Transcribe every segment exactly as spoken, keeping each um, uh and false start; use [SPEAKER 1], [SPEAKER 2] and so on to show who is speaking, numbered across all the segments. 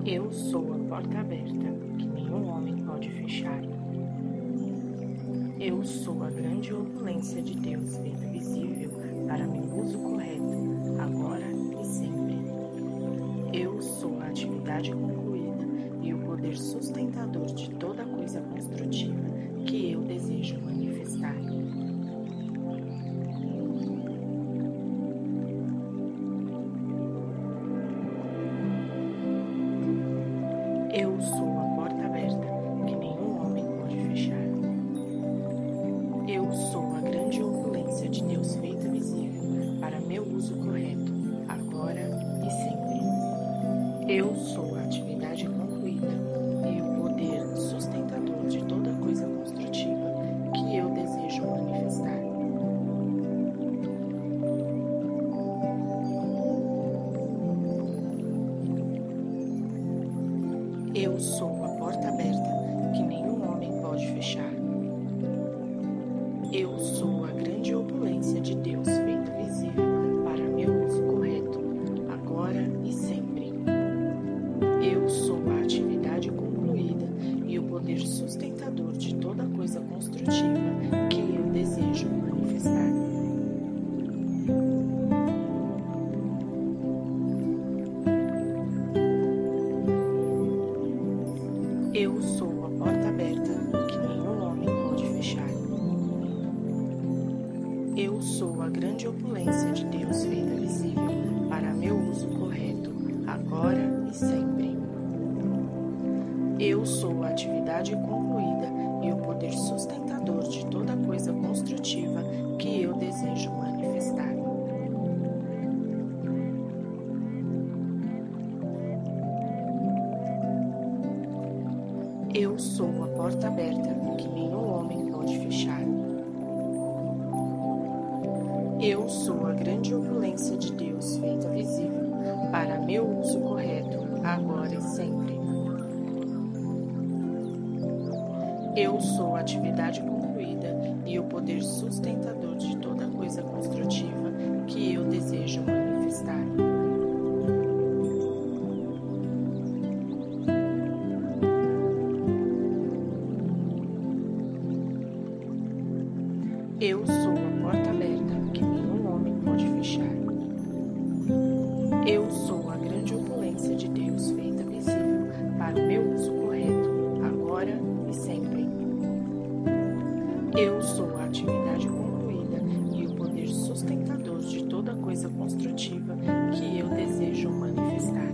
[SPEAKER 1] Eu sou a porta aberta, que nenhum homem pode fechar. Eu sou a grande opulência de Deus feita visível para meu uso correto, agora e sempre. Eu sou a atividade concluída e o poder sustentador de toda coisa construtiva que eu desejo manifestar. Eu sou a porta aberta, que nenhum homem pode fechar. Eu sou a grande opulência de Deus feita visível para meu uso correto, agora e sempre. Eu sou a atividade concluída e o poder sustentador de toda coisa construtiva que eu desejo manifestar. Eu sou a porta aberta, que nenhum homem pode fechar. Eu sou a grande opulência de Deus feita visível para meu uso correto, agora e sempre. Eu sou a atividade concluída e o poder sustentador de toda coisa construtiva que eu desejo manifestar. Eu sou a porta aberta, que nenhum homem pode fechar. Eu sou a grande opulência de Deus feita visível para meu uso correto, agora e sempre. Eu sou a atividade concluída e o poder sustentador de toda coisa construtiva que eu desejo manifestar. Eu sou a porta aberta, que nenhum homem pode fechar. Eu sou a grande opulência de Deus feita visível para meu uso correto, agora e sempre. Eu sou a atividade concluída e o poder sustentador de toda coisa construtiva que eu desejo manifestar. Eu sou a porta aberta, que nenhum homem pode fechar. Eu sou a grande opulência de Deus feita visível para o meu uso correto, agora e sempre. Eu sou a atividade concluída e o poder sustentador de toda coisa construtiva que eu desejo manifestar.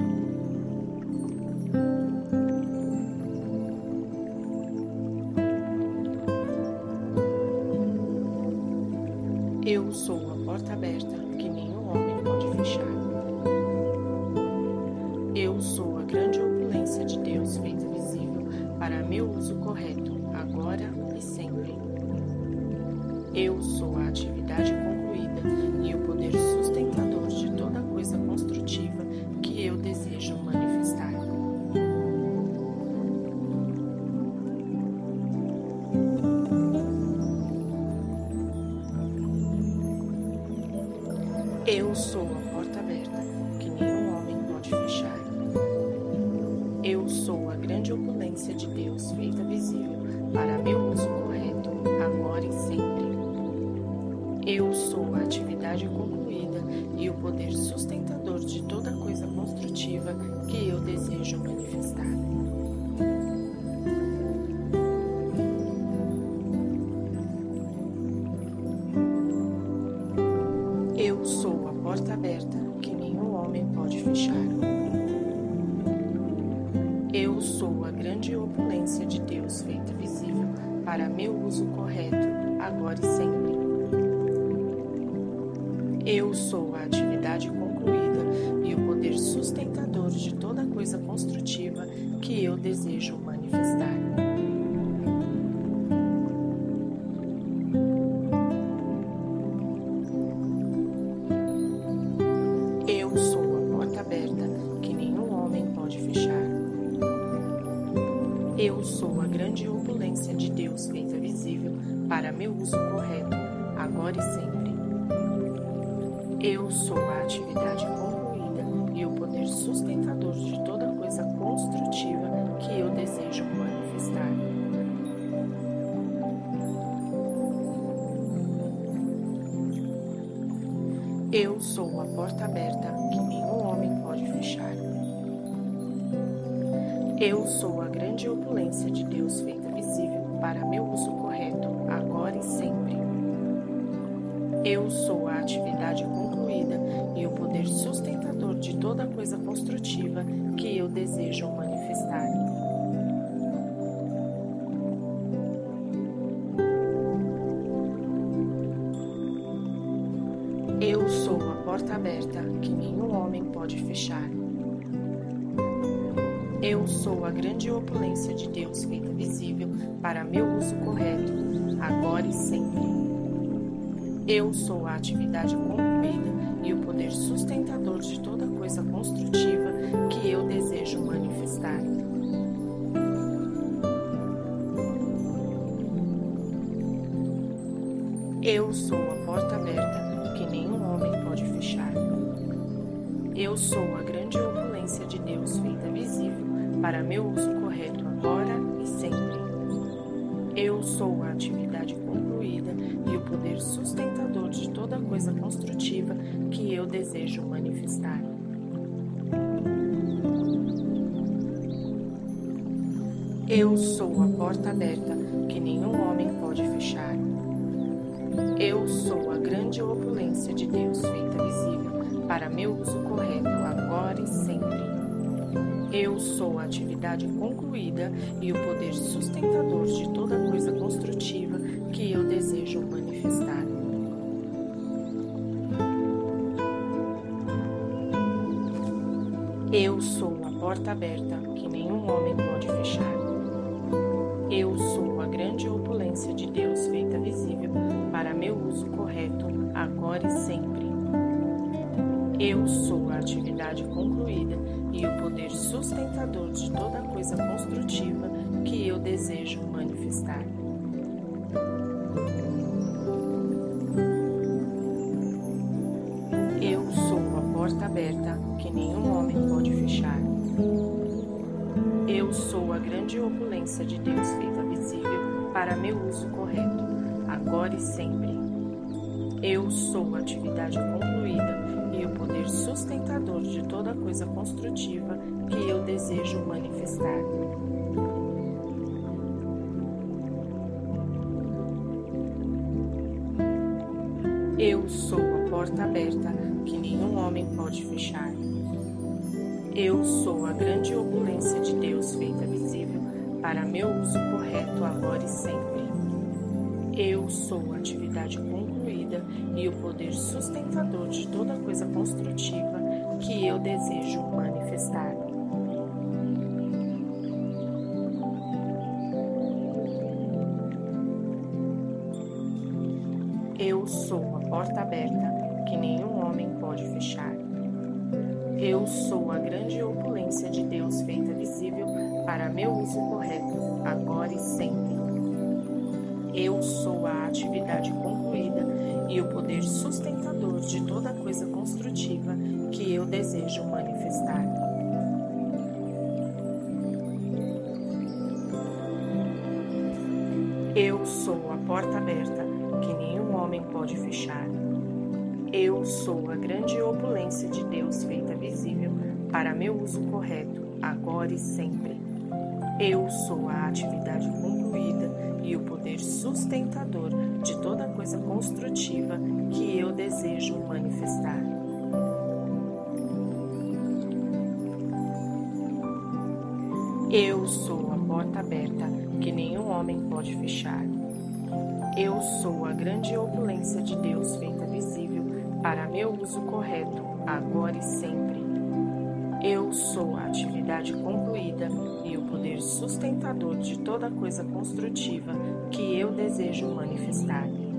[SPEAKER 1] Eu sou a porta aberta, que nenhum homem pode fechar. Eu sou a grande opulência de Deus feita visível para meu uso correto, agora e sempre. Eu sou a atividade concluída e o poder sustentador de toda coisa construtiva que eu desejo manifestar. Eu sou a porta aberta, que nenhum homem pode fechar. Eu sou a grande opulência de Deus feita visível para meu uso correto, agora e sempre. Eu sou a atividade concluída e o poder sustentador de toda coisa construtiva que eu desejo manifestar. Eu sou a porta aberta, que nenhum homem pode fechar. Eu sou a grande opulência de Deus feita visível para meu uso correto, agora e sempre. Eu sou a atividade concluída e o poder sustentador de toda coisa construtiva que eu desejo manifestar. Eu sou a porta aberta, que nenhum homem pode fechar. Eu sou a grande opulência de Deus feita visível para meu uso correto, agora e sempre. Eu sou a atividade concluída e o poder sustentador de toda coisa construtiva que eu desejo manifestar. Eu sou a porta aberta que nenhum homem pode fechar. Eu sou a grande opulência de Deus feita visível para meu uso correto, agora e sempre. Eu sou a atividade concluída e o poder sustentador de toda coisa construtiva que eu desejo manifestar. Eu sou a porta aberta que nenhum homem pode fechar. Eu sou a grande opulência de Deus feita visível para meu uso correto, agora e sempre. Eu sou a atividade concluída e o poder sustentador de toda coisa construtiva que eu desejo manifestar. Eu sou a porta aberta que nenhum homem pode fechar. Eu sou a grande opulência de Deus feita visível para meu uso correto agora e sempre. Eu sou a atividade concluída e o poder sustentador de toda coisa construtiva que eu desejo manifestar. Eu sou a porta aberta que nenhum homem pode fechar. Eu sou a grande opulência de Deus feita visível para meu uso correto agora e sempre. Eu sou a atividade concluída e o poder sustentador de toda coisa construtiva que eu desejo manifestar. Eu sou a porta aberta que nenhum homem pode fechar. Eu sou a grande opulência de Deus feita visível para meu uso correto agora e sempre. Eu sou a atividade concluída e o poder sustentador de toda coisa construtiva que eu desejo manifestar. Eu sou a porta aberta que nenhum homem pode fechar. Eu sou a grande opulência de Deus feita visível para meu uso correto, agora e sempre. Eu sou a atividade concluída e o poder sustentador de toda coisa construtiva que eu desejo manifestar. Eu sou a porta aberta que nenhum homem pode fechar. Eu sou a grande opulência de Deus feita visível para meu uso correto agora e sempre. Eu sou a atividade concluída e o poder sustentador de toda coisa construtiva que eu desejo manifestar. Eu sou a porta aberta que nenhum homem pode fechar. Eu sou a grande opulência de Deus feita visível para meu uso correto, agora e sempre. Eu sou a atividade concluída e o poder sustentador de toda coisa construtiva que eu desejo manifestar. Eu sou a porta aberta que nenhum homem pode fechar. Eu sou a grande opulência de Deus feita visível para meu uso correto, agora e sempre. Eu sou a atividade concluída e o poder sustentador de toda coisa construtiva que eu desejo manifestar. Eu sou a porta aberta que nenhum homem pode fechar. Eu sou a grande opulência de Deus feita visível para meu uso correto, agora e sempre. Eu sou a atividade concluída e o poder sustentador de toda coisa construtiva que eu desejo manifestar.